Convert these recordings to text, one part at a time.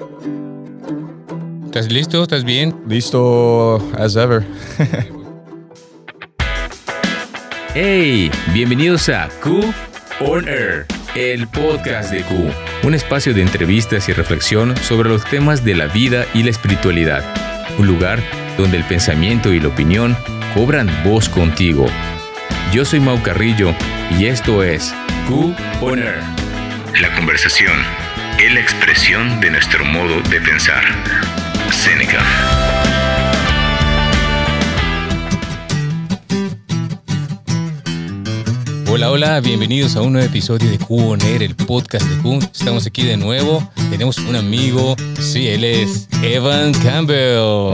¿Estás listo? ¿Estás bien? Listo as ever. ¡Hey! Bienvenidos a Q on Air, el podcast de Q. Un espacio de entrevistas y reflexión sobre los temas de la vida y la espiritualidad. Un lugar donde el pensamiento y la opinión cobran voz contigo. Yo soy Mau Carrillo y esto es Q on Air. La conversación es la expresión de nuestro modo de pensar. Séneca. Hola, bienvenidos a un nuevo episodio de Q on Air, el podcast de Q. Estamos aquí de nuevo, tenemos un amigo, sí, él es Evan Campbell,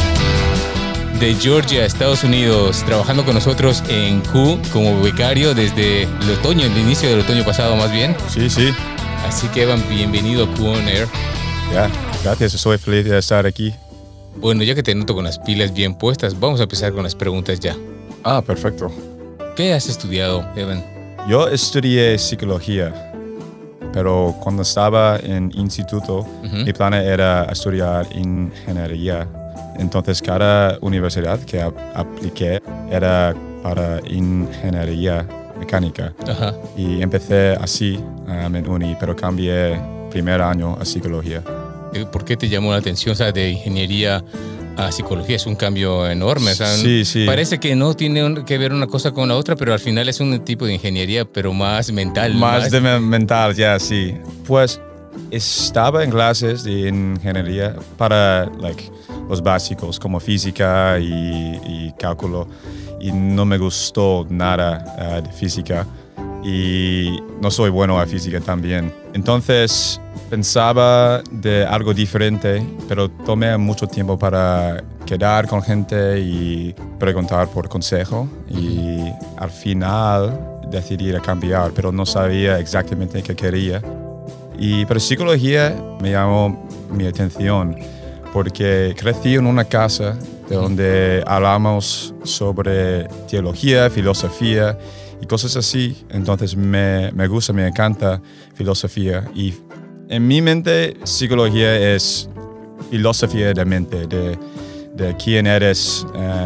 de Georgia, Estados Unidos, trabajando con nosotros en Q como becario desde el otoño, el inicio del otoño pasado más bien. Sí. Así que Evan, bienvenido a Q on Air. Ya, gracias, estoy feliz de estar aquí. Bueno, ya que te noto con las pilas bien puestas, vamos a empezar con las preguntas ya. Perfecto. ¿Qué has estudiado, Evan? Yo estudié psicología, pero cuando estaba en instituto, mi plan era estudiar ingeniería. Entonces, cada universidad que apliqué era para ingeniería mecánica. Ajá. Y empecé así en uni, pero cambié primer año a psicología. ¿Por qué te llamó la atención? O sea, de ingeniería a psicología es un cambio enorme. O sea, sí. Parece que no tiene que ver una cosa con la otra, pero al final es un tipo de ingeniería, pero más mental. Más mental, ya, sí. Pues estaba en clases de ingeniería para los básicos como física y cálculo, y no me gustó nada de física y no soy bueno a física también. Entonces pensaba de algo diferente, pero tomé mucho tiempo para quedar con gente y preguntar por consejo, y al final decidí cambiar, pero no sabía exactamente qué quería. Pero psicología me llamó mi atención porque crecí en una casa donde hablamos sobre teología, filosofía y cosas así. Entonces me gusta, me encanta filosofía. Y en mi mente, psicología es filosofía de mente, de quién eres,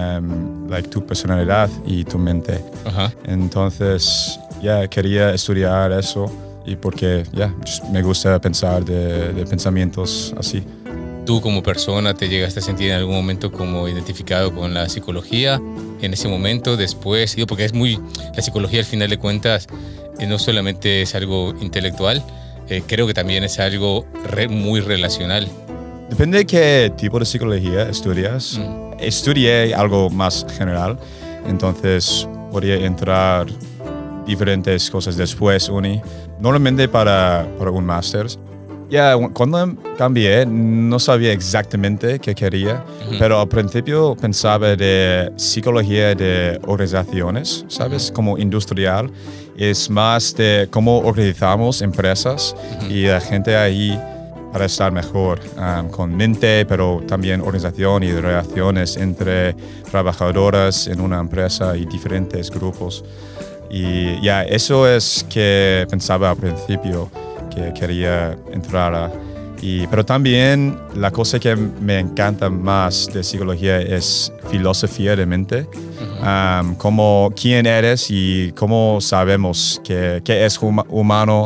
tu personalidad y tu mente. Ajá. Entonces, quería estudiar eso, y porque me gusta pensar de pensamientos así. ¿Tú como persona te llegaste a sentir en algún momento como identificado con la psicología? En ese momento, después, porque la psicología al final de cuentas no solamente es algo intelectual, creo que también es algo muy relacional. Depende de qué tipo de psicología estudias. Estudié algo más general, entonces podía entrar diferentes cosas después normalmente para un máster. Cuando cambié no sabía exactamente qué quería, pero al principio pensaba de psicología de organizaciones, ¿sabes? Como industrial. Es más de cómo organizamos empresas y la gente ahí para estar mejor con mente, pero también organización y relaciones entre trabajadoras en una empresa y diferentes grupos. Y eso es que pensaba al principio que quería entrar pero también la cosa que me encanta más de psicología es filosofía de mente, como quién eres y cómo sabemos qué es humano.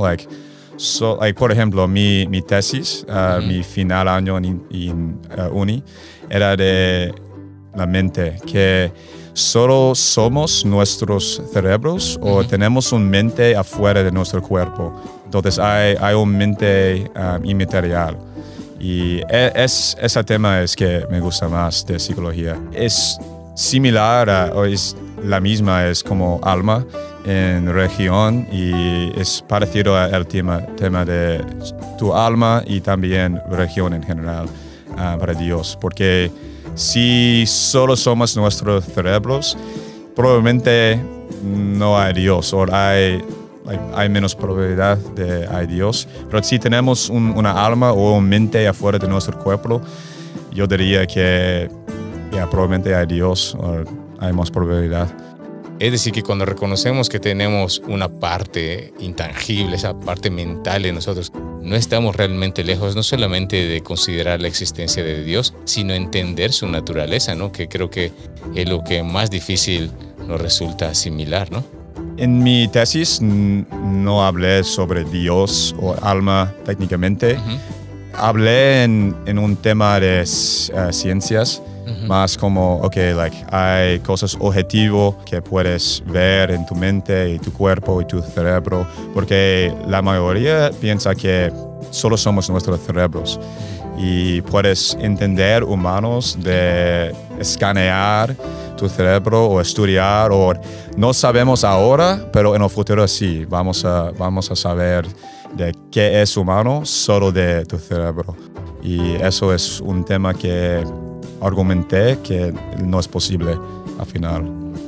Por ejemplo, mi tesis, mi final año en uni, era de la mente, que solo somos nuestros cerebros o tenemos una mente afuera de nuestro cuerpo. Entonces hay una mente inmaterial. Y ese tema es que me gusta más de psicología. Es similar o es la misma, es como alma en religión, y es parecido al tema de tu alma y también religión en general para Dios. Porque si solo somos nuestros cerebros, probablemente no hay Dios, o hay menos probabilidad de hay Dios. Pero si tenemos una alma o una mente afuera de nuestro cuerpo, yo diría que probablemente hay Dios, o hay más probabilidad. Es decir, que cuando reconocemos que tenemos una parte intangible, esa parte mental de nosotros, no estamos realmente lejos, no solamente de considerar la existencia de Dios, sino entender su naturaleza, ¿no? Que creo que es lo que más difícil nos resulta asimilar, ¿no? En mi tesis no hablé sobre Dios o alma técnicamente. Hablé en un tema de ciencias, más como, hay cosas objetivas que puedes ver en tu mente y tu cuerpo y tu cerebro, porque la mayoría piensa que solo somos nuestros cerebros y puedes entender humanos de escanear tu cerebro o estudiar, o no sabemos ahora, pero en el futuro sí, vamos a saber de qué es humano solo de tu cerebro. Y eso es un tema que argumenté que no es posible al final.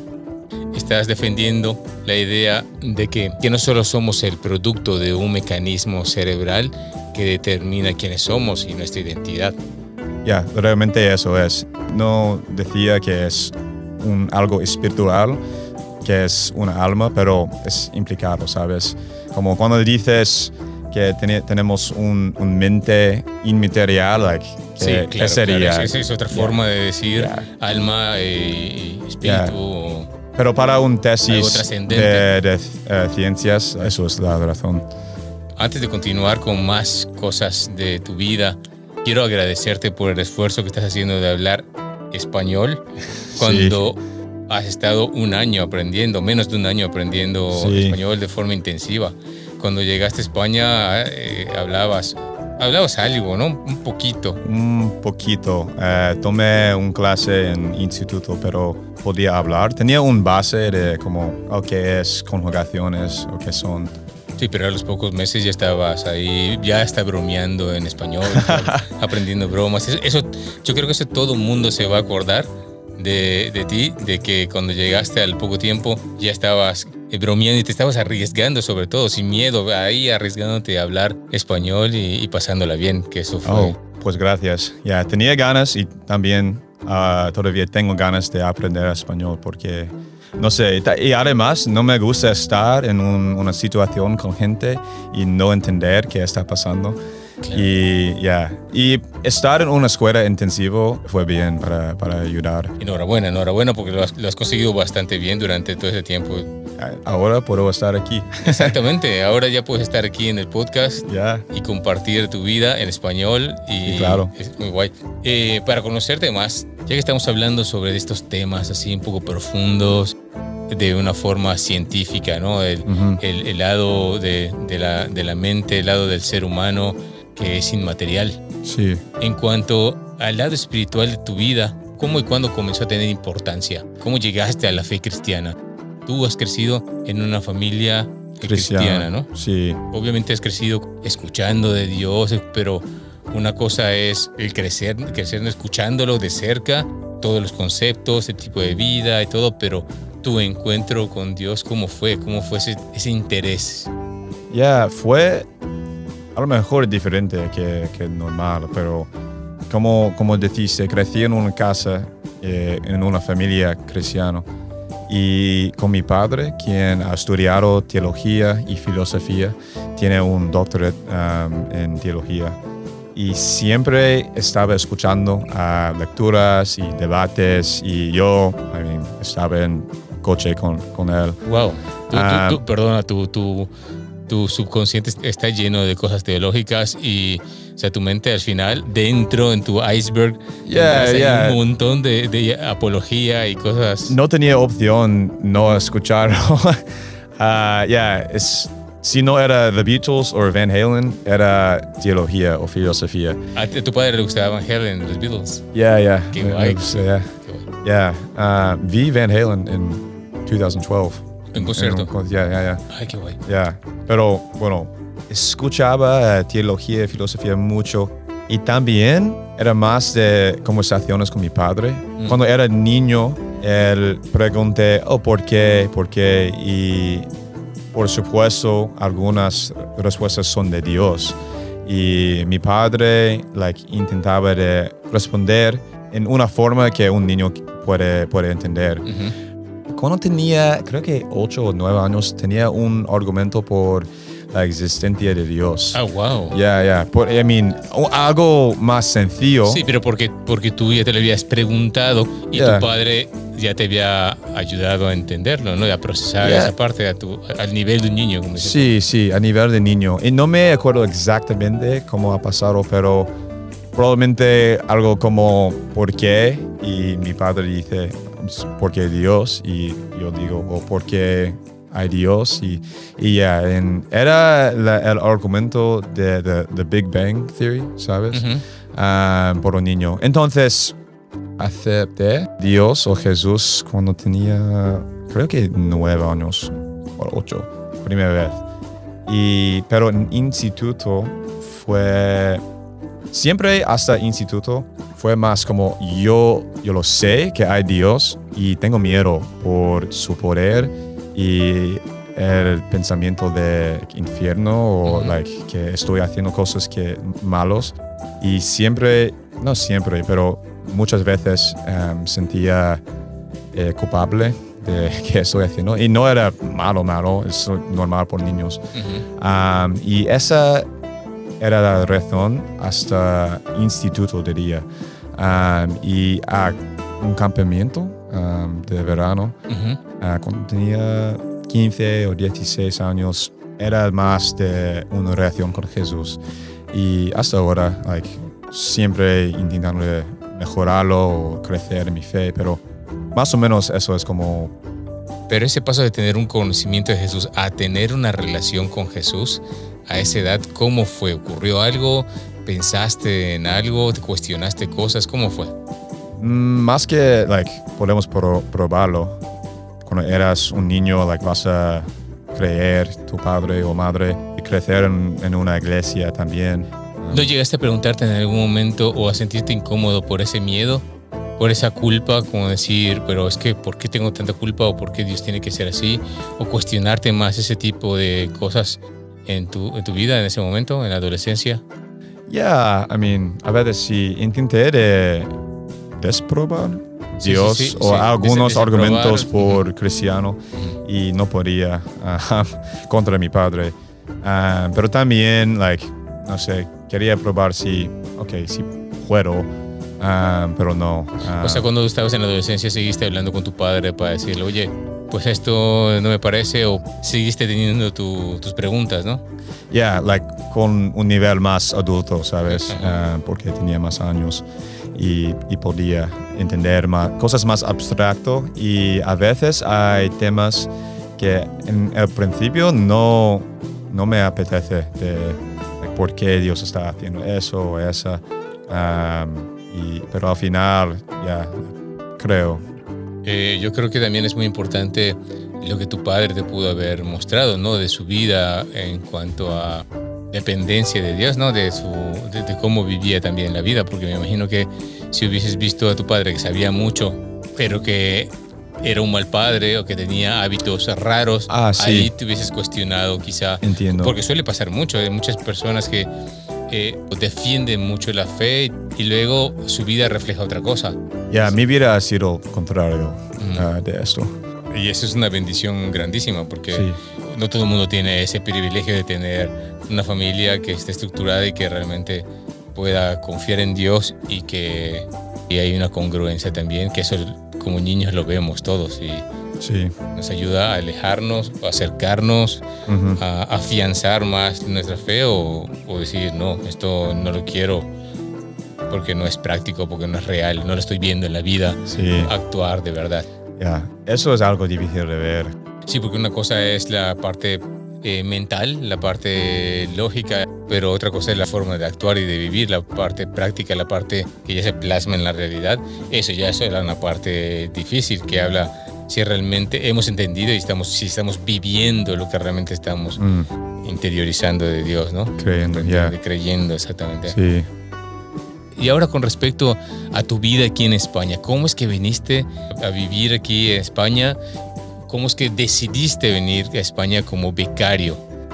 Estás defendiendo la idea de que no solo somos el producto de un mecanismo cerebral que determina quiénes somos y nuestra identidad. Realmente eso es. No decía que es algo espiritual, que es una alma, pero es implicado, ¿sabes? Como cuando dices que tenemos un mente inmaterial, ¿qué sería? Claro. Esa es otra forma de decir alma y espíritu. Pero para un tesis de ciencias, eso es la razón. Antes de continuar con más cosas de tu vida, quiero agradecerte por el esfuerzo que estás haciendo de hablar español cuando has estado menos de un año aprendiendo español de forma intensiva. Cuando llegaste a España hablabas algo, ¿no? Un poquito. Tomé una clase en instituto, pero podía hablar. Tenía un base de como, qué es conjugaciones o qué son. Sí, pero a los pocos meses ya estabas ahí, ya está bromeando en español, aprendiendo bromas. Eso, yo creo que eso todo el mundo se va a acordar de ti, de que cuando llegaste al poco tiempo ya estabas bromeando y te estabas arriesgando, sobre todo, sin miedo, ahí arriesgándote a hablar español y pasándola bien, que eso fue. Pues gracias. Tenía ganas y también todavía tengo ganas de aprender español porque, no sé, y además no me gusta estar en una situación con gente y no entender qué está pasando. Claro. Y estar en una escuela intensiva fue bien para ayudar. Enhorabuena porque lo has conseguido bastante bien durante todo ese tiempo. Ahora puedo estar aquí. Exactamente, ahora ya puedes estar aquí en el podcast y compartir tu vida en español y claro. Es muy guay. Para conocerte más, ya que estamos hablando sobre estos temas así un poco profundos, de una forma científica, ¿no? El lado de la mente, el lado del ser humano que es inmaterial. Sí. En cuanto al lado espiritual de tu vida, ¿cómo y cuándo comenzó a tener importancia? ¿Cómo llegaste a la fe cristiana? Tú has crecido en una familia cristiana, ¿no? Sí. Obviamente has crecido escuchando de Dios, pero una cosa es el crecer escuchándolo de cerca, todos los conceptos, el tipo de vida y todo, pero tu encuentro con Dios, ¿cómo fue? ¿Cómo fue ese interés? Fue a lo mejor diferente que normal, pero como deciste, crecí en una casa, en una familia cristiana. Y con mi padre, quien ha estudiado teología y filosofía, tiene un doctorado en teología. Y siempre estaba escuchando lecturas y debates y yo estaba en coche con él. Wow. Tu subconsciente está lleno de cosas teológicas y, o sea, tu mente al final, dentro en tu iceberg, hay un montón de apología y cosas. No tenía opción no escucharlo. Si no era The Beatles o Van Halen, era teología o filosofía. ¿A tu padre le gustaba Van Halen, los Beatles? Qué guay. Vi Van Halen en 2012. ¿En concierto? Ay, qué guay. Pero, bueno, escuchaba teología y filosofía mucho. Y también era más de conversaciones con mi padre. Cuando era niño, él pregunté, ¿por qué? Y por supuesto, algunas respuestas son de Dios. Y mi padre intentaba de responder en una forma que un niño puede entender. Cuando tenía, creo que 8 o 9 años, tenía un argumento por la existencia de Dios. Ah, wow. Algo más sencillo. Sí, pero porque tú ya te lo habías preguntado y tu padre ya te había ayudado a entenderlo, ¿no? Y a procesar esa parte al nivel de un niño. Como dices. Sí, a nivel de niño. Y no me acuerdo exactamente cómo ha pasado, pero probablemente algo como ¿por qué? Y mi padre dice ¿por qué Dios? Y yo digo ¿o por qué hay Dios? Y era el argumento de The Big Bang Theory, ¿sabes? Por un niño. Entonces acepté Dios o Jesús cuando tenía, creo que 9 años o 8, primera vez. Pero en instituto fue, siempre hasta instituto, fue más como yo lo sé que hay Dios y tengo miedo por su poder y el pensamiento de infierno o que estoy haciendo cosas malos. Y siempre, no siempre, pero muchas veces sentía culpable de que estoy haciendo. Y no era malo, es normal por niños. Y esa era la razón hasta instituto, diría. Y a un campamento de verano, cuando tenía 15 o 16 años, era más de una relación con Jesús. Y hasta ahora, siempre intentando mejorarlo o crecer en mi fe, pero más o menos eso es como... Pero ese paso de tener un conocimiento de Jesús a tener una relación con Jesús, a esa edad, ¿cómo fue? ¿Ocurrió algo? ¿Pensaste en algo? ¿Te cuestionaste cosas? ¿Cómo fue? Más que, podemos probarlo. Cuando eras un niño, vas a creer tu padre o madre y crecer en una iglesia también. ¿No llegaste a preguntarte en algún momento o a sentirte incómodo por ese miedo? ¿Por esa culpa? Como decir, pero es que ¿por qué tengo tanta culpa? ¿O por qué Dios tiene que ser así? ¿O cuestionarte más ese tipo de cosas en tu vida en ese momento, en la adolescencia? A veces sí intenté desprobar Dios o algunos argumentos por cristiano y no podía contra mi padre. Pero también, no sé, quería probar si puedo, pero no. O sea, cuando estabas en la adolescencia, ¿seguiste hablando con tu padre para decirle, oye, pues esto no me parece? ¿O seguiste teniendo tus preguntas, no? Con un nivel más adulto, ¿sabes? Porque tenía más años y podía entender cosas más abstractas. Y a veces hay temas que en el principio no me apetece por qué Dios está haciendo eso o esa. Pero al final, creo. Yo creo que también es muy importante lo que tu padre te pudo haber mostrado, ¿no? De su vida en cuanto a dependencia de Dios, ¿no? De cómo vivía también la vida, porque me imagino que si hubieses visto a tu padre que sabía mucho, pero que era un mal padre o que tenía hábitos raros, ahí te hubieses cuestionado quizá. Entiendo. Porque suele pasar mucho, hay muchas personas que defienden mucho la fe y luego su vida refleja otra cosa. Mi vida ha sido contrario de esto. Y eso es una bendición grandísima porque no todo el mundo tiene ese privilegio de tener una familia que esté estructurada y que realmente pueda confiar en Dios y que hay una congruencia también, que eso como niños lo vemos todos y nos ayuda a alejarnos, a acercarnos, a afianzar más nuestra fe o decir, no, esto no lo quiero porque no es práctico, porque no es real, no lo estoy viendo en la vida actuar de verdad. Eso es algo difícil de ver. Sí, porque una cosa es la parte mental, la parte lógica, pero otra cosa es la forma de actuar y de vivir, la parte práctica, la parte que ya se plasma en la realidad. Eso era una parte difícil que habla si realmente hemos entendido y si estamos viviendo lo que realmente estamos interiorizando de Dios, ¿no? Creyendo, exactamente. Sí. Y ahora con respecto a tu vida aquí en España, ¿cómo es que viniste a vivir aquí en España? ¿Cómo es que decidiste venir a España como becario?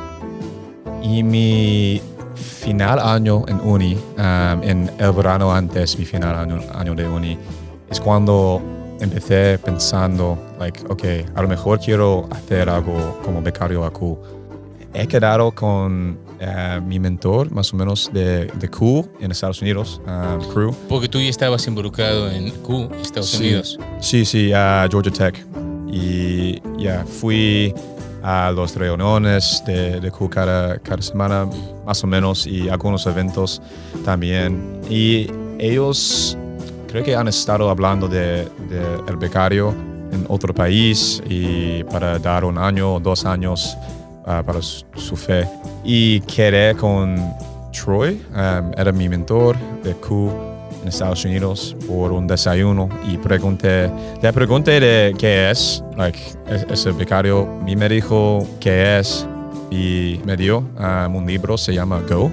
Y mi final año en uni, en el verano antes mi final año de uni, es cuando empecé pensando, a lo mejor quiero hacer algo como becario aquí. he quedado con mi mentor, más o menos, de Q en Estados Unidos, Crew. Porque tú ya estabas involucrado en Q, Estados Unidos. Sí, Georgia Tech. Y fui a las reuniones de Q cada semana, más o menos, y algunos eventos también. Y ellos creo que han estado hablando de el becario en otro país y para dar 1 año o 2 años para su fe. Y quedé con Troy, era mi mentor de Q en Estados Unidos, por un desayuno y le pregunté de qué es, ese becario. Y me dijo qué es y me dio un libro, se llama Go,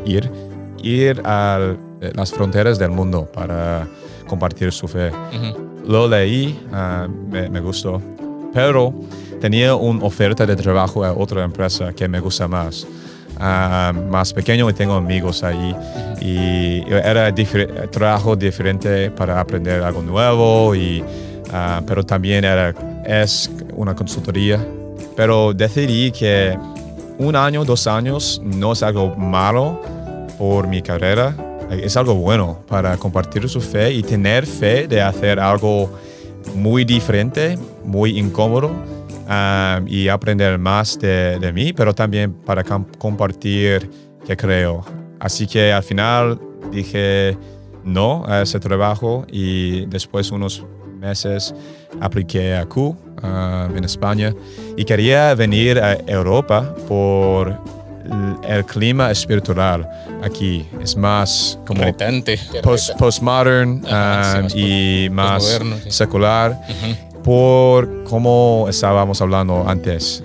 ir a las fronteras del mundo para compartir su fe. Uh-huh. Lo leí, me gustó, pero tenía una oferta de trabajo a otra empresa que me gusta más pequeño, y tengo amigos ahí. Uh-huh. Y era trabajo diferente para aprender algo nuevo, pero también es una consultoría. Pero decidí que 1 año, 2 años no es algo malo por mi carrera. Es algo bueno para compartir su fe y tener fe de hacer algo muy diferente, muy incómodo, y aprender más de mí, pero también para compartir que creo. Así que al final dije no a ese trabajo, y después unos meses apliqué a Q en España, y quería venir a Europa por el clima espiritual aquí. Es más como retante, postmodern, y más moderno, sí, secular. Uh-huh. Por cómo estábamos hablando antes,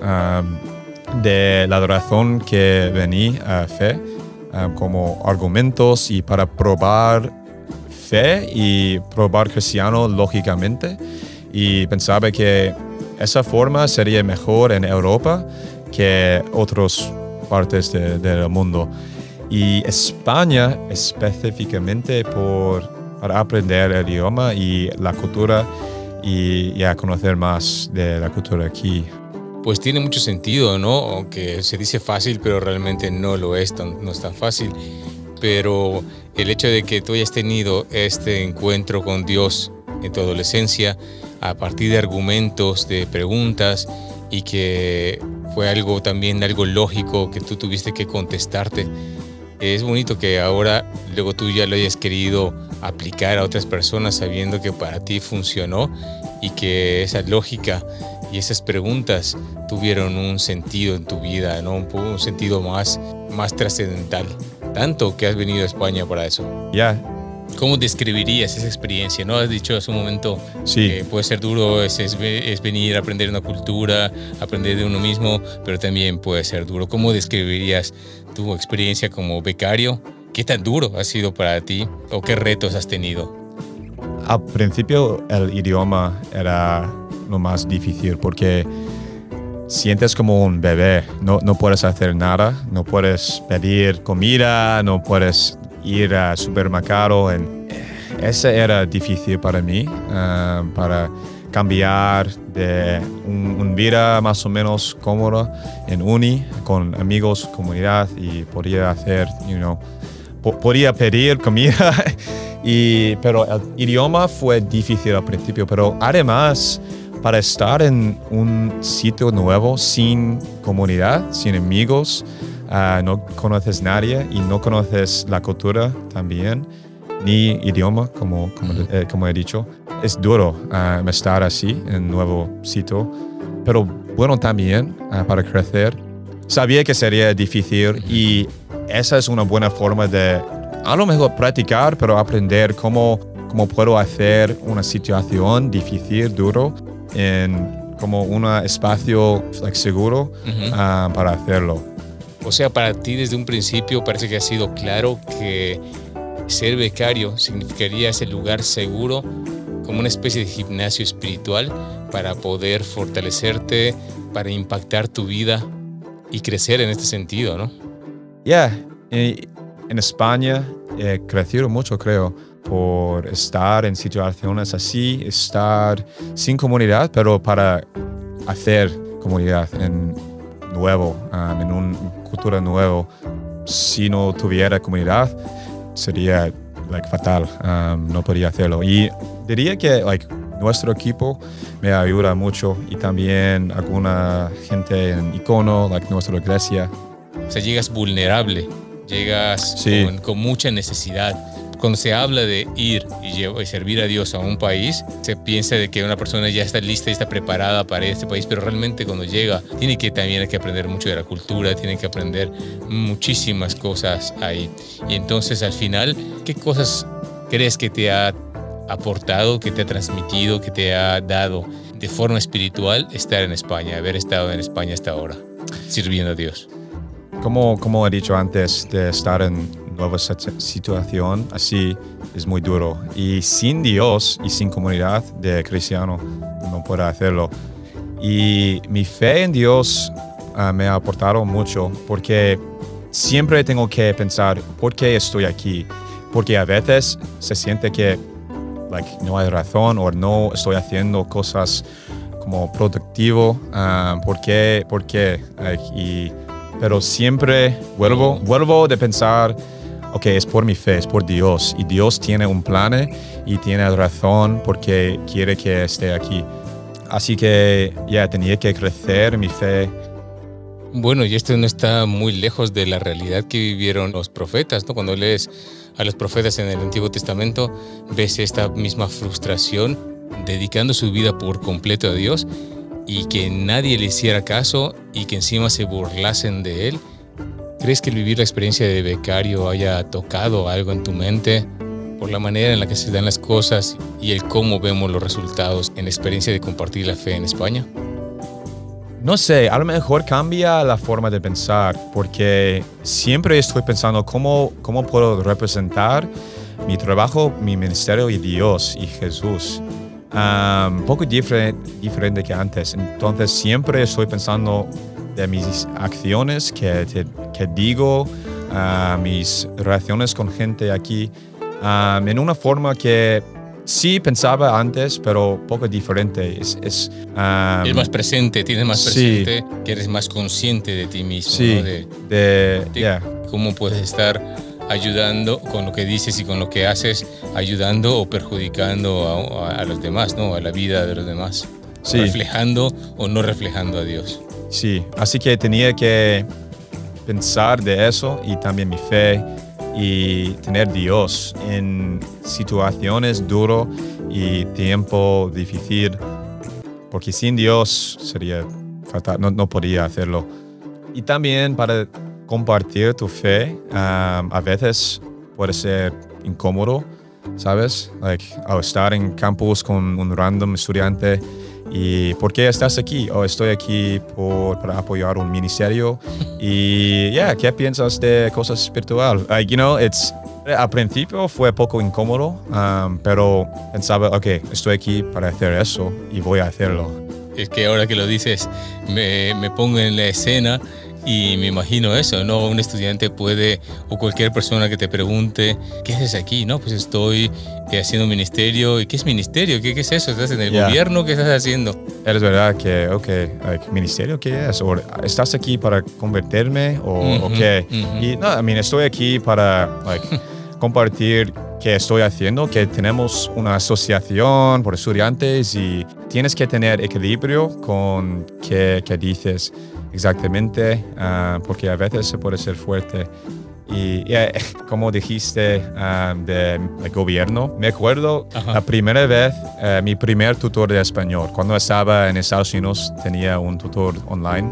de la razón que vení a fe, como argumentos y para probar fe y probar cristiano lógicamente, y pensaba que esa forma sería mejor en Europa que otras partes del mundo. Y España específicamente para aprender el idioma y la cultura, y a conocer más de la cultura aquí. Pues tiene mucho sentido, ¿no? Aunque se dice fácil, pero realmente no lo es, no es tan fácil. Pero el hecho de que tú hayas tenido este encuentro con Dios en tu adolescencia, a partir de argumentos, de preguntas, y que fue algo lógico que tú tuviste que contestarte, es bonito que ahora luego tú ya lo hayas querido aplicar a otras personas, sabiendo que para ti funcionó y que esa lógica y esas preguntas tuvieron un sentido en tu vida, ¿no? Un sentido más trascendental. Tanto que has venido a España para eso. Ya. ¿Cómo describirías esa experiencia? ¿No? Has dicho hace un momento sí, que puede ser duro, es venir a aprender una cultura, aprender de uno mismo, pero también puede ser duro. ¿Cómo describirías tu experiencia como becario? ¿Qué tan duro ha sido para ti o qué retos has tenido? Al principio el idioma era lo más difícil, porque sientes como un bebé, no puedes hacer nada, no puedes pedir comida, no puedes ir al supermercado. Ese era difícil para mí, para cambiar de una vida más o menos cómoda en uni, con amigos, comunidad, y podía hacer, podía pedir comida, pero el idioma fue difícil al principio. Pero además, para estar en un sitio nuevo, sin comunidad, sin amigos, no conoces nadie y no conoces la cultura también, ni idioma, como he dicho. Es duro estar así en un nuevo sitio, pero bueno también para crecer. Sabía que sería difícil, y esa es una buena forma de a lo mejor practicar, pero aprender cómo puedo hacer una situación difícil, duro, en como un espacio seguro, uh-huh, para hacerlo. O sea, para ti desde un principio parece que ha sido claro que ser becario significaría ese lugar seguro, como una especie de gimnasio espiritual para poder fortalecerte, para impactar tu vida y crecer en este sentido, ¿no? En España he crecido mucho, creo, por estar en situaciones así, estar sin comunidad, pero para hacer comunidad en nuevo, en una cultura nueva. Si no tuviera comunidad, sería fatal, no podría hacerlo. Y diría que nuestro equipo me ayuda mucho y también alguna gente en Icono, nuestra iglesia. O sea, llegas vulnerable, llegas sí. con mucha necesidad. Cuando se habla de ir y servir a Dios a un país, se piensa de que una persona ya está lista y está preparada para este país, pero realmente cuando llega tiene que también que aprender mucho de la cultura, tiene que aprender muchísimas cosas ahí. Y entonces al final, ¿qué cosas crees que te ha aportado, que te ha transmitido, que te ha dado de forma espiritual estar en España, haber estado en España hasta ahora, sirviendo a Dios? Como he dicho antes, de estar en nueva situación así es muy duro. Y sin Dios y sin comunidad de cristianos no puedo hacerlo. Y mi fe en Dios me ha aportado mucho porque siempre tengo que pensar ¿por qué estoy aquí? Porque a veces se siente que no hay razón o no estoy haciendo cosas como productivo. ¿Por qué? Pero siempre vuelvo de pensar, ok, es por mi fe, es por Dios. Y Dios tiene un plan y tiene razón porque quiere que esté aquí. Así que tenía que crecer mi fe. Bueno, y esto no está muy lejos de la realidad que vivieron los profetas, ¿no? Cuando lees a los profetas en el Antiguo Testamento, ves esta misma frustración, dedicando su vida por completo a Dios y que nadie le hiciera caso y que encima se burlasen de él. ¿Crees que el vivir la experiencia de becario haya tocado algo en tu mente por la manera en la que se dan las cosas y el cómo vemos los resultados en la experiencia de compartir la fe en España? No sé, a lo mejor cambia la forma de pensar porque siempre estoy pensando cómo puedo representar mi trabajo, mi ministerio y Dios y Jesús. Un poco diferente que antes. Entonces siempre estoy pensando de mis acciones que digo, mis relaciones con gente aquí, en una forma que sí pensaba antes, pero poco diferente. Es más presente, tienes más presente, que eres más consciente de ti mismo, sí, ¿no? de cómo puedes estar ayudando con lo que dices y con lo que haces, ayudando o perjudicando a los demás, ¿no? A la vida de los demás. Sí. Reflejando o no reflejando a Dios. Sí, así que tenía que pensar de eso y también mi fe y tener Dios en situaciones duras y tiempo difícil, porque sin Dios sería fatal, no podía hacerlo. Y también para compartir tu fe, a veces puede ser incómodo, ¿sabes? Al estar en campus con un random estudiante y ¿por qué estás aquí? Estoy aquí para apoyar un ministerio y ¿qué piensas de cosas espirituales? Al principio fue poco incómodo, pero pensaba, ok, estoy aquí para hacer eso y voy a hacerlo. Es que ahora que lo dices, me pongo en la escena y me imagino eso, ¿no? Un estudiante puede, o cualquier persona que te pregunte, ¿qué haces aquí? No, pues estoy haciendo un ministerio. ¿Y qué es ministerio? ¿Qué es eso? ¿Estás en el gobierno? ¿Qué estás haciendo? Es verdad que, ¿ministerio qué es? ¿O estás aquí para convertirme? ¿O qué? Y no, estoy aquí para, compartir qué estoy haciendo, que tenemos una asociación por estudiantes y tienes que tener equilibrio con qué dices exactamente, porque a veces se puede ser fuerte. Y como dijiste del gobierno, me acuerdo la primera vez, mi primer tutor de español, cuando estaba en Estados Unidos tenía un tutor online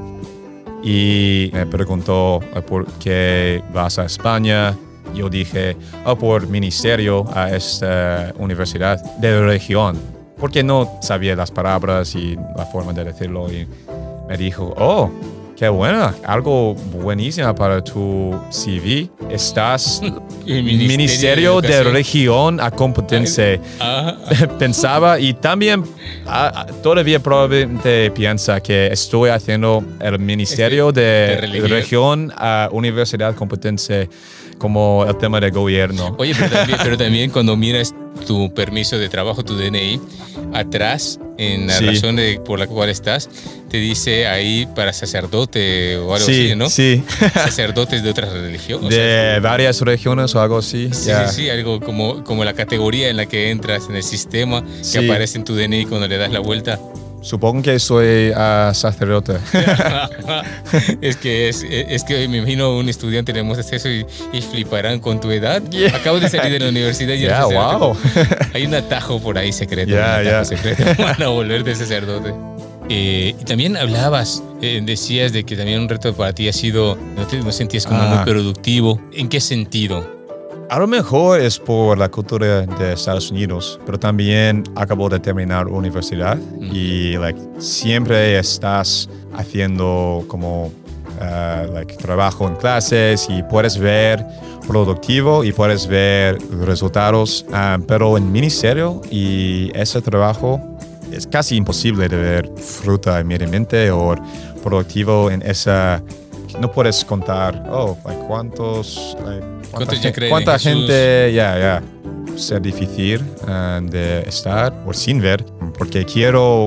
y me preguntó por qué vas a España. Yo dije, por ministerio a esta universidad de región, porque no sabía las palabras y la forma de decirlo. Y me dijo, qué buena, algo buenísimo para tu CV. Estás ministerio de región a competencia. Pensaba y también todavía probablemente piensa que estoy haciendo el ministerio de región a universidad competencia como el tema de gobierno. Oye, pero también cuando miras tu permiso de trabajo, tu DNI, atrás en la razón por la cual estás, te dice ahí para sacerdote o algo así, ¿no? Sí. Sacerdotes de otras religiones. De varias religiones o algo así. Sí, algo como la categoría en la que entras en el sistema que aparece en tu DNI cuando le das la vuelta. Supongo que soy sacerdote. es que me imagino un estudiante le muestras eso y fliparán con tu edad. Acabo de salir de la universidad y wow. Hay un atajo por ahí secreto, secreto para volverte sacerdote. Y también hablabas, decías de que también un reto para ti ha sido, no sentías como muy productivo. ¿En qué sentido? A lo mejor es por la cultura de Estados Unidos, pero también acabo de terminar universidad y siempre estás haciendo como trabajo en clases y puedes ver productivo y puedes ver resultados, pero en ministerio y ese trabajo es casi imposible de ver fruta inmediatamente o productivo en esa. No puedes contar, cuánta gente, ser difícil de estar o sin ver, porque quiero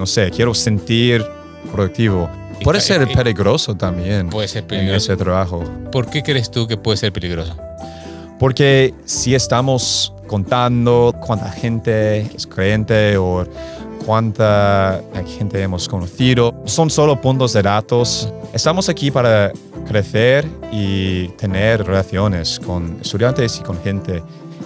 sentir productivo. Puede ser peligroso también. Puede ser peligroso. En ese trabajo. ¿Por qué crees tú que puede ser peligroso? Porque si estamos contando cuánta gente es creyente o cuánta gente hemos conocido, son solo puntos de datos. Estamos aquí para crecer y tener relaciones con estudiantes y con gente.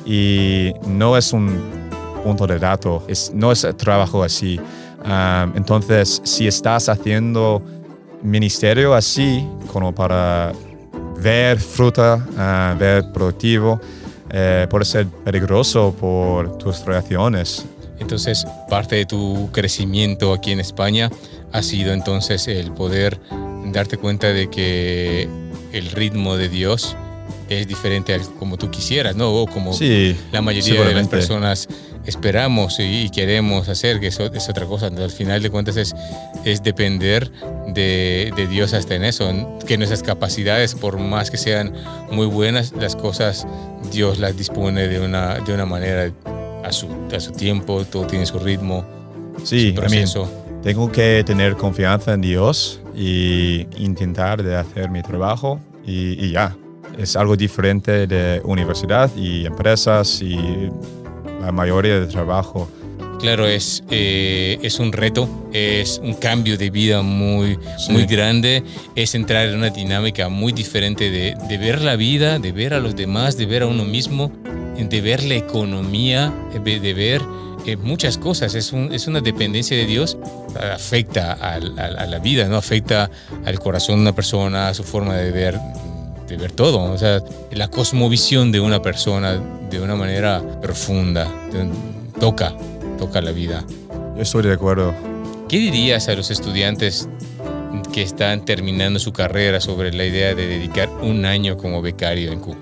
Y no es un punto de datos, no es trabajo así. Entonces, si estás haciendo ministerio así, como para ver fruta, ver productivo, puede ser peligroso por tus relaciones. Entonces, parte de tu crecimiento aquí en España ha sido entonces el poder darte cuenta de que el ritmo de Dios es diferente al como tú quisieras, ¿no? O como la mayoría de las personas esperamos y queremos hacer, que eso es otra cosa. Al final de cuentas es depender de Dios hasta en eso, que nuestras capacidades, por más que sean muy buenas, las cosas Dios las dispone de una manera a su tiempo, todo tiene su ritmo, su proceso. Tengo que tener confianza en Dios y intentar de hacer mi trabajo y ya. Es algo diferente de universidad y empresas y la mayoría de trabajo. Claro, es un reto, es un cambio de vida muy grande, es entrar en una dinámica muy diferente de ver la vida, de ver a los demás, de ver a uno mismo, de ver la economía, de ver muchas cosas. Es una dependencia de Dios, afecta a la vida, ¿no? Afecta al corazón de una persona, a su forma de ver todo. O sea, la cosmovisión de una persona de una manera profunda, toca la vida. Yo estoy de acuerdo. ¿Qué dirías a los estudiantes que están terminando su carrera sobre la idea de dedicar un año como becario en Q?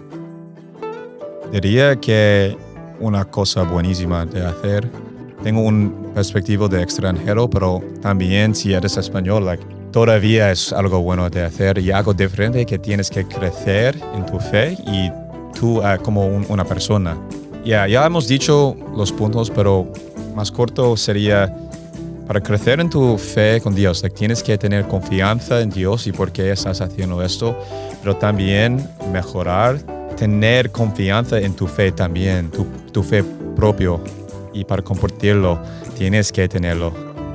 Diría que una cosa buenísima de hacer. Tengo un perspectiva de extranjero, pero también si eres español, todavía es algo bueno de hacer y algo diferente que tienes que crecer en tu fe y tú como una persona. Ya hemos dicho los puntos, pero más corto sería para crecer en tu fe con Dios. Tienes que tener confianza en Dios y por qué estás haciendo esto, pero también mejorar, tener confianza en tu fe también, tu fe propio. Y para compartirlo, tienes que tenerlo.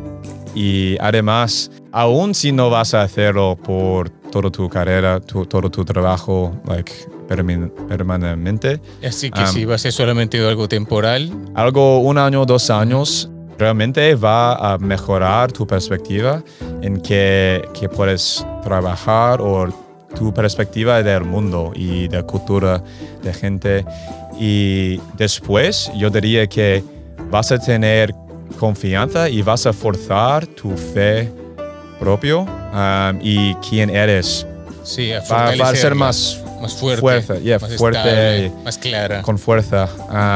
Y además, aún si no vas a hacerlo por toda tu carrera, todo tu trabajo, permanentemente. Así que si va a ser solamente algo temporal. Algo 1 año, 2 años, realmente va a mejorar tu perspectiva en que puedes trabajar o tu perspectiva del mundo y de cultura, de gente. Y después yo diría que vas a tener confianza y vas a forzar tu fe propio y quién eres. Sí, para ser más fuerte, más fuerte, estable, más clara. Con fuerza.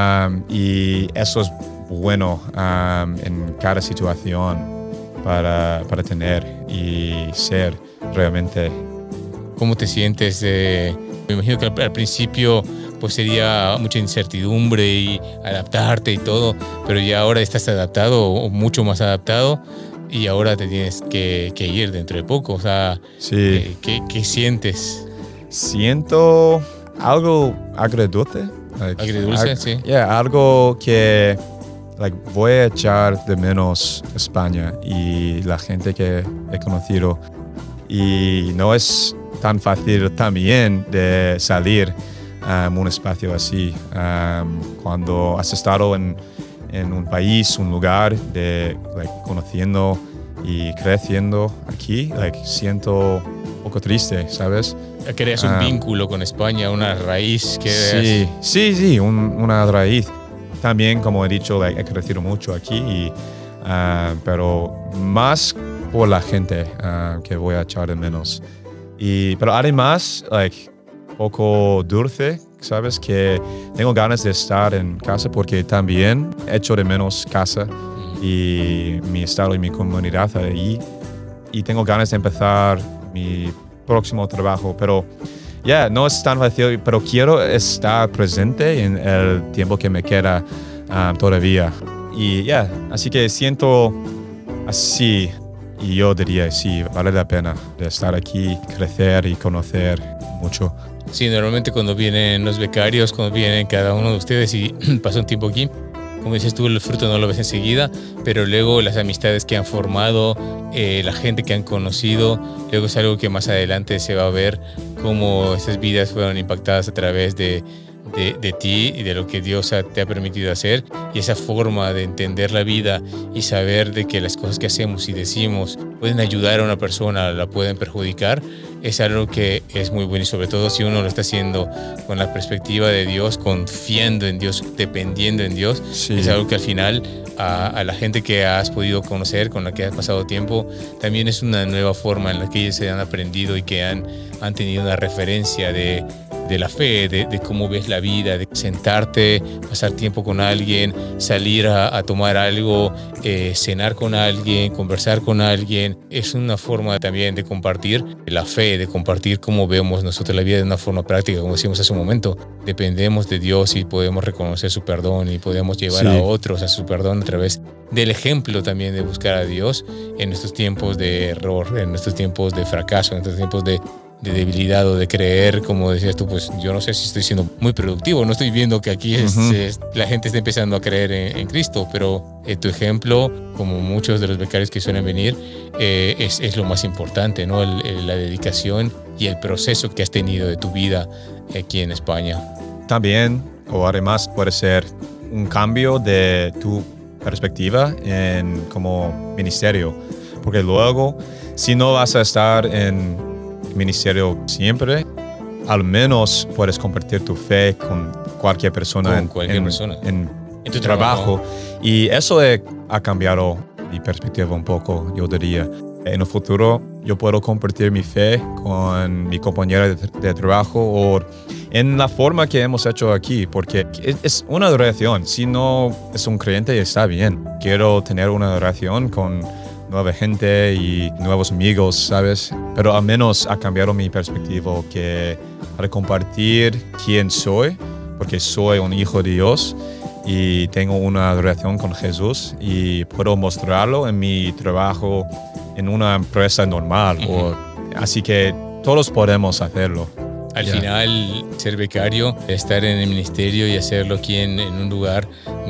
Y eso es bueno en cada situación para tener y ser realmente. ¿Cómo te sientes? Me imagino que al principio pues sería mucha incertidumbre y adaptarte y todo, pero ya ahora estás adaptado o mucho más adaptado y ahora te tienes que ir dentro de poco. O sea, Sí. ¿qué sientes? Siento algo agridulce. Agridulce, sí. Yeah, algo que voy a echar de menos España y la gente que he conocido. Y no es tan fácil también de salir a un espacio así. Cuando has estado en un país, un lugar, conociendo y creciendo aquí, siento un poco triste, ¿sabes? Creas un vínculo con España, una raíz que... Sí, una raíz. También, como he dicho, he crecido mucho aquí, pero más por la gente que voy a echar de menos. Pero además, poco dulce, ¿sabes? Que tengo ganas de estar en casa porque también echo de menos casa y mi estado y mi comunidad ahí. Y tengo ganas de empezar mi próximo trabajo, pero no es tan fácil, pero quiero estar presente en el tiempo que me queda todavía. Y así que siento así, y yo diría sí, vale la pena de estar aquí, crecer y conocer mucho. Sí, normalmente cuando vienen los becarios, cuando vienen cada uno de ustedes y pasa un tiempo aquí, como dices tú, el fruto no lo ves enseguida, pero luego las amistades que han formado, la gente que han conocido, luego es algo que más adelante se va a ver cómo esas vidas fueron impactadas a través de ti y de lo que Dios te ha permitido hacer, y esa forma de entender la vida y saber de que las cosas que hacemos y decimos pueden ayudar a una persona, la pueden perjudicar, es algo que es muy bueno, y sobre todo si uno lo está haciendo con la perspectiva de Dios, confiando en Dios, dependiendo en Dios. Sí. Es algo que al final a la gente que has podido conocer, con la que has pasado tiempo, también es una nueva forma en la que ellos se han aprendido y que han tenido una referencia de la fe, de cómo ves la vida, de sentarte, pasar tiempo con alguien, salir a tomar algo, cenar con alguien, conversar con alguien. Es una forma también de compartir la fe, de compartir cómo vemos nosotros la vida de una forma práctica, como decíamos hace un momento. Dependemos de Dios y podemos reconocer su perdón y podemos llevar a otros a su perdón a través del ejemplo también de buscar a Dios en estos tiempos de error, en estos tiempos de fracaso, en estos tiempos de debilidad o de creer, como decías tú, pues yo no sé si estoy siendo muy productivo, no estoy viendo que aquí la gente está empezando a creer en Cristo, pero tu ejemplo, como muchos de los becarios que suelen venir, es lo más importante, ¿no? La dedicación y el proceso que has tenido de tu vida aquí en España. También, o además, puede ser un cambio de tu perspectiva como ministerio, porque luego, si no vas a estar en ministerio siempre, al menos puedes compartir tu fe con cualquier persona en tu trabajo. Y eso ha cambiado mi perspectiva un poco, yo diría. En el futuro yo puedo compartir mi fe con mi compañera de trabajo o en la forma que hemos hecho aquí, porque es una relación. Si no es un creyente, está bien. Quiero tener una relación con nueva gente y nuevos amigos, ¿sabes? Pero al menos ha cambiado mi perspectiva, que para compartir quién soy, porque soy un hijo de Dios y tengo una relación con Jesús y puedo mostrarlo en mi trabajo en una empresa normal. Así que todos podemos hacerlo. Al final, ser becario, estar en el ministerio y hacerlo aquí en un lugar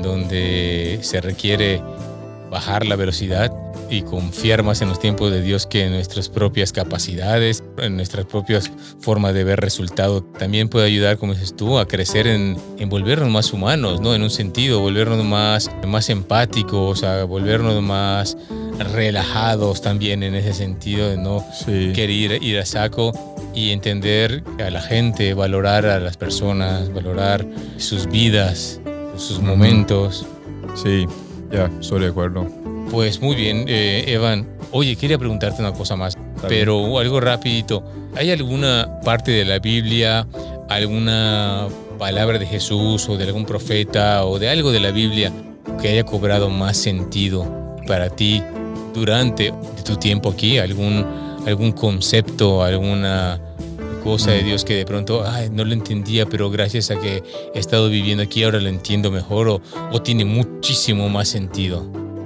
donde se requiere bajar la velocidad y confiar más en los tiempos de Dios que en nuestras propias capacidades, en nuestras propias formas de ver resultados. También puede ayudar, como dices tú, a crecer en volvernos más humanos, ¿no? En un sentido, volvernos más empáticos, a volvernos más relajados también en ese sentido de no querer ir a saco y entender a la gente, valorar a las personas, valorar sus vidas, sus momentos. Sí, estoy de acuerdo. Pues muy bien, Evan. Oye, quería preguntarte una cosa más, pero algo rapidito. ¿Hay alguna parte de la Biblia, alguna palabra de Jesús o de algún profeta o de algo de la Biblia que haya cobrado más sentido para ti durante tu tiempo aquí? ¿Algún concepto, alguna cosa de Dios que de pronto no lo entendía, pero gracias a que he estado viviendo aquí ahora lo entiendo mejor o tiene muchísimo más sentido?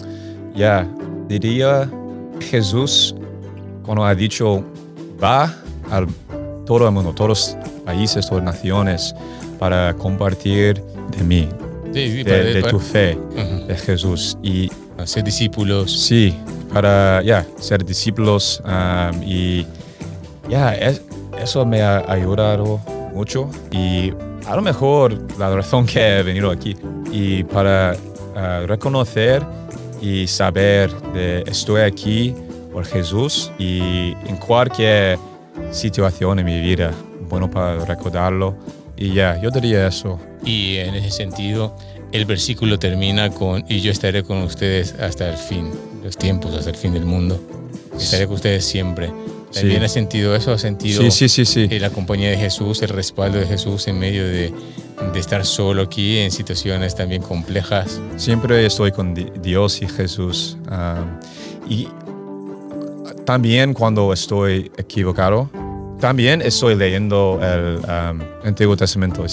Diría Jesús cuando ha dicho va a todo el mundo, todos los países, todas las naciones para compartir de mí, de tu fe, de Jesús y ser discípulos. Sí, para ser discípulos eso me ha ayudado mucho y a lo mejor la razón que he venido aquí y para reconocer y saber de estoy aquí por Jesús y en cualquier situación en mi vida, bueno para recordarlo y yo diría eso. Y en ese sentido, el versículo termina con y yo estaré con ustedes hasta el fin, los tiempos, hasta el fin del mundo. Estaré con ustedes siempre. ¿También has sentido eso? ¿Has sentido la compañía de Jesús, el respaldo de Jesús en medio de estar solo aquí en situaciones también complejas? Siempre estoy con Dios y Jesús. Y también cuando estoy equivocado, también estoy leyendo el Antiguo Testamento,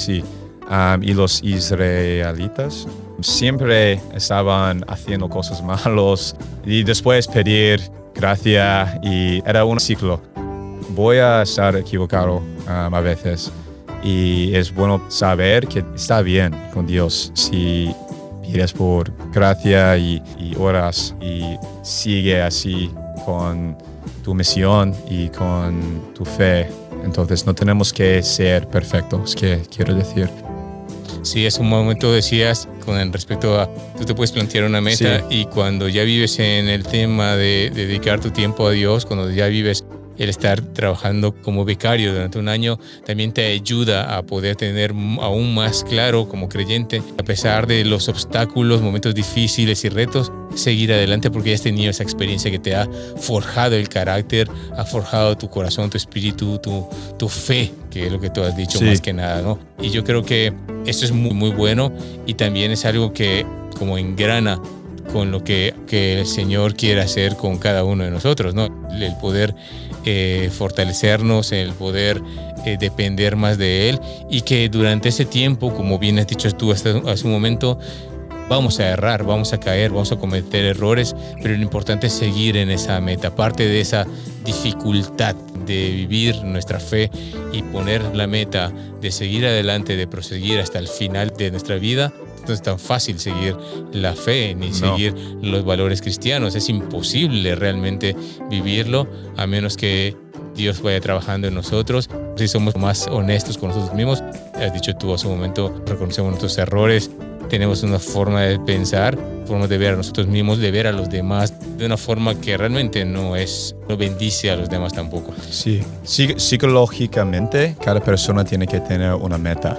y los israelitas siempre estaban haciendo cosas malas y después pedir gracia y era un ciclo. Voy a estar equivocado a veces y es bueno saber que está bien con Dios si pides por gracia y oras y sigue así con tu misión y con tu fe. Entonces no tenemos que ser perfectos, que quiero decir. Sí, es un momento, decías, con respecto a, tú te puedes plantear una meta y cuando ya vives en el tema de dedicar tu tiempo a Dios, cuando ya vives el estar trabajando como becario durante un año, también te ayuda a poder tener aún más claro como creyente, a pesar de los obstáculos, momentos difíciles y retos, seguir adelante porque ya has tenido esa experiencia que te ha forjado el carácter, ha forjado tu corazón, tu espíritu, tu fe, que es lo que tú has dicho más que nada, ¿no? Y yo creo que esto es muy, muy bueno y también es algo que como engrana con lo que el Señor quiere hacer con cada uno de nosotros, ¿no? El poder fortalecernos, el poder depender más de Él y que durante ese tiempo, como bien has dicho tú hace un momento, vamos a errar, vamos a caer, vamos a cometer errores, pero lo importante es seguir en esa meta. Parte de esa dificultad de vivir nuestra fe y poner la meta de seguir adelante, de proseguir hasta el final de nuestra vida. No es tan fácil seguir la fe ni seguir los valores cristianos. Es imposible realmente vivirlo a menos que Dios vaya trabajando en nosotros. Si somos más honestos con nosotros mismos, has dicho tú hace un momento, reconocemos nuestros errores, tenemos una forma de pensar, forma de ver a nosotros mismos, de ver a los demás de una forma que realmente no bendice a los demás tampoco. Sí, psicológicamente cada persona tiene que tener una meta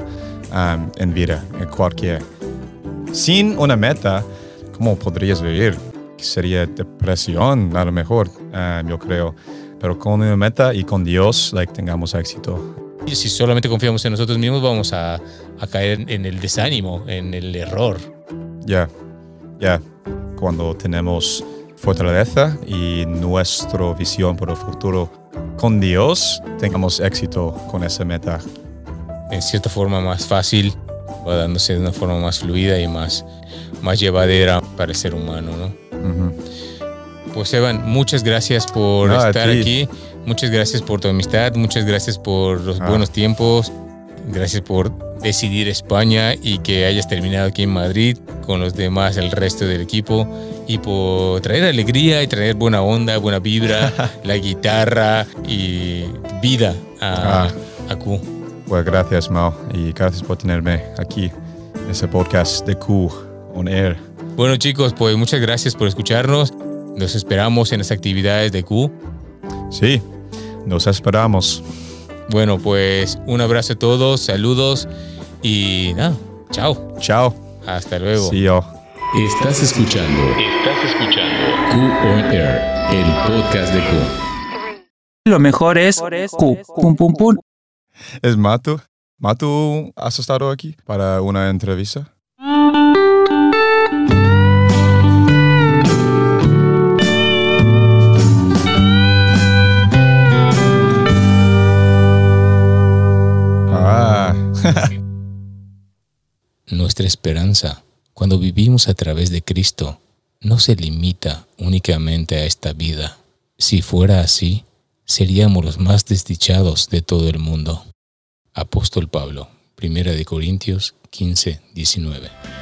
en vida, en cualquier. Sin una meta, ¿cómo podrías vivir? Sería depresión, a lo mejor, yo creo. Pero con una meta y con Dios, tengamos éxito. Y si solamente confiamos en nosotros mismos, vamos a caer en el desánimo, en el error. Cuando tenemos fortaleza y nuestra visión por el futuro con Dios, tengamos éxito con esa meta. En cierta forma más fácil, va dándose de una forma más fluida y más llevadera para el ser humano, ¿no? Uh-huh. Pues Evan, muchas gracias por estar aquí, muchas gracias por tu amistad, muchas gracias por los buenos tiempos, gracias por decidir España y que hayas terminado aquí en Madrid con los demás, el resto del equipo, y por traer alegría y traer buena onda, buena vibra, la guitarra y vida a Q. Pues gracias, Mao, y gracias por tenerme aquí en ese podcast de Q On Air. Bueno, chicos, pues muchas gracias por escucharnos. Nos esperamos en las actividades de Q. Sí, nos esperamos. Bueno, pues un abrazo a todos, saludos y nada, chao. Chao. Hasta luego. Sí, yo. Estás escuchando Q On Air, el podcast de Q. Lo mejor es Q. Pum, pum, pum. Es Matu. Matu, ¿has estado aquí para una entrevista? nuestra esperanza, cuando vivimos a través de Cristo, no se limita únicamente a esta vida. Si fuera así, seríamos los más desdichados de todo el mundo. Apóstol Pablo, 1 Corintios 15, 19.